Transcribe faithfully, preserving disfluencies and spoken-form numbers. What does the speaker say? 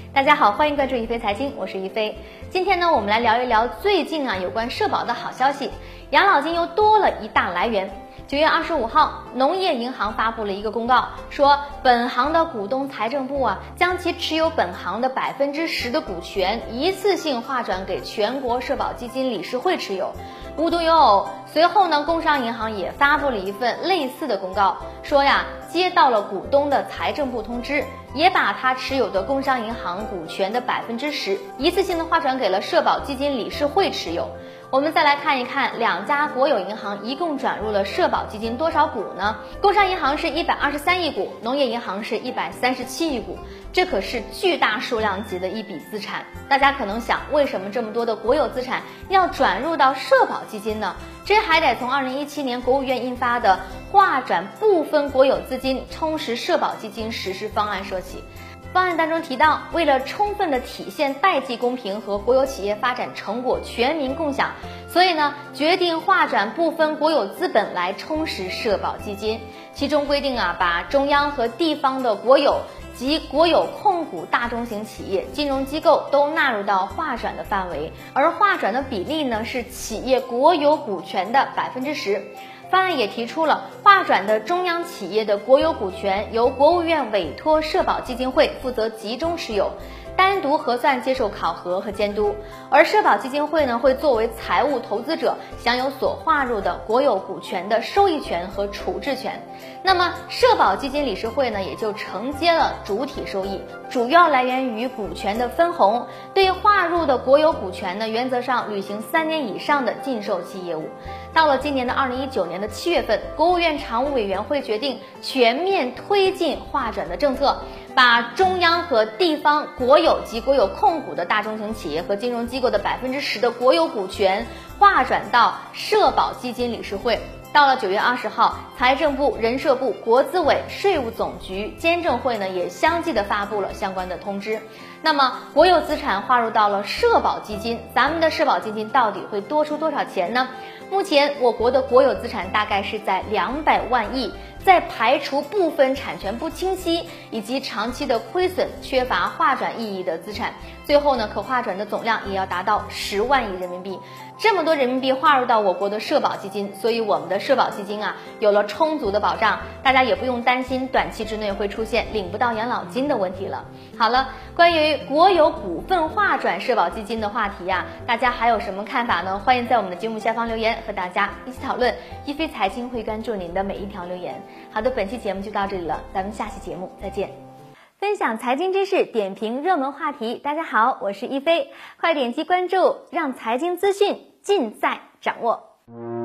大家好，欢迎关注一飞财经，我是一飞。今天呢，我们来聊一聊最近啊有关社保的好消息，养老金又多了一大来源。九月二十五号，农业银行发布了一个公告，说本行的股东财政部啊，将其持有本行的百分之十的股权一次性划转给全国社保基金理事会持有。无独有偶，随后呢，工商银行也发布了一份类似的公告，说呀，接到了股东的财政部通知，也把他持有的工商银行股权的百分之十一次性的划转给了社保基金理事会持有。我们再来看一看两家国有银行一共转入了社保基金多少股呢？工商银行是一百二十三亿股，农业银行是一百三十七亿股，这可是巨大数量级的一笔资产。大家可能想，为什么这么多的国有资产要转入到社保基金呢？这还得从二零一七年国务院印发的划转部分国有资金充实社保基金实施方案说起。方案当中提到，为了充分的体现代际公平和国有企业发展成果全民共享，所以呢，决定划转部分国有资本来充实社保基金。其中规定啊，把中央和地方的国有及国有控股大中型企业、金融机构都纳入到划转的范围，而划转的比例呢是企业国有股权的百分之十。方案也提出了划转的中央企业的国有股权由国务院委托社保基金会负责集中持有，单独核算接受考核和监督，而社保基金会呢会作为财务投资者，享有所划入的国有股权的收益权和处置权。那么社保基金理事会呢也就承接了主体收益，主要来源于股权的分红，对划入的国有股权呢原则上履行三年以上的禁售期业务。到了今年的二零一九年的七月份，国务院常务委员会决定全面推进划转的政策，把中央和地方国有及国有控股的大中型企业和金融机构的百分之十的国有股权划转到社保基金理事会。到了九月二十号，财政部、人社部、国资委、税务总局、监证会呢也相继的发布了相关的通知。那么国有资产划入到了社保基金，咱们的社保基金到底会多出多少钱呢？目前我国的国有资产大概是在两百万亿，在排除部分产权不清晰以及长期的亏损、缺乏划转意义的资产，最后呢可划转的总量也要达到十万亿人民币。这么多人民币划入到我国的社保基金，所以我们的社保基金啊有了充足的保障，大家也不用担心短期之内会出现领不到养老金的问题了。好了，关于国有股份划转社保基金的话题啊，大家还有什么看法呢？欢迎在我们的节目下方留言，和大家一起讨论。一飞财经会关注您的每一条留言。好的，本期节目就到这里了，咱们下期节目再见。分享财经知识，点评热门话题。大家好，我是一飞，快点击关注，让财经资讯尽在掌握。